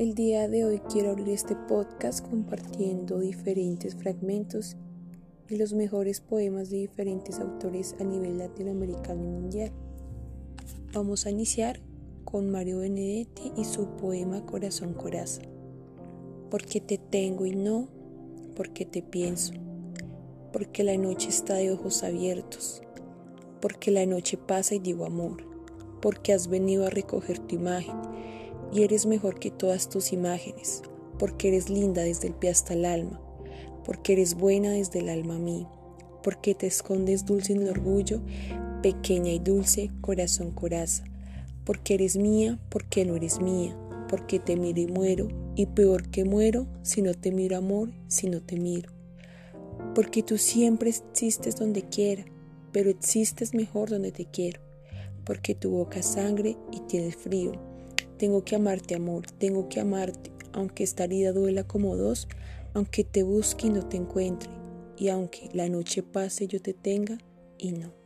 El día de hoy quiero abrir este podcast compartiendo diferentes fragmentos y los mejores poemas de diferentes autores a nivel latinoamericano y mundial. Vamos a iniciar con Mario Benedetti y su poema Corazón Coraza. Porque te tengo y no, porque te pienso, porque la noche está de ojos abiertos, porque la noche pasa y digo amor, porque has venido a recoger tu imagen y eres mejor que todas tus imágenes, porque eres linda desde el pie hasta el alma, porque eres buena desde el alma a mí, porque te escondes dulce en el orgullo, pequeña y dulce, corazón coraza, porque eres mía, porque no eres mía, porque te miro y muero, y peor que muero, si no te miro amor, si no te miro. Porque tú siempre existes donde quiera, pero existes mejor donde te quiero, porque tu boca es sangre y tienes frío. Tengo que amarte amor, tengo que amarte, aunque esta herida duela como dos, aunque te busque y no te encuentre, y aunque la noche pase yo te tenga y no.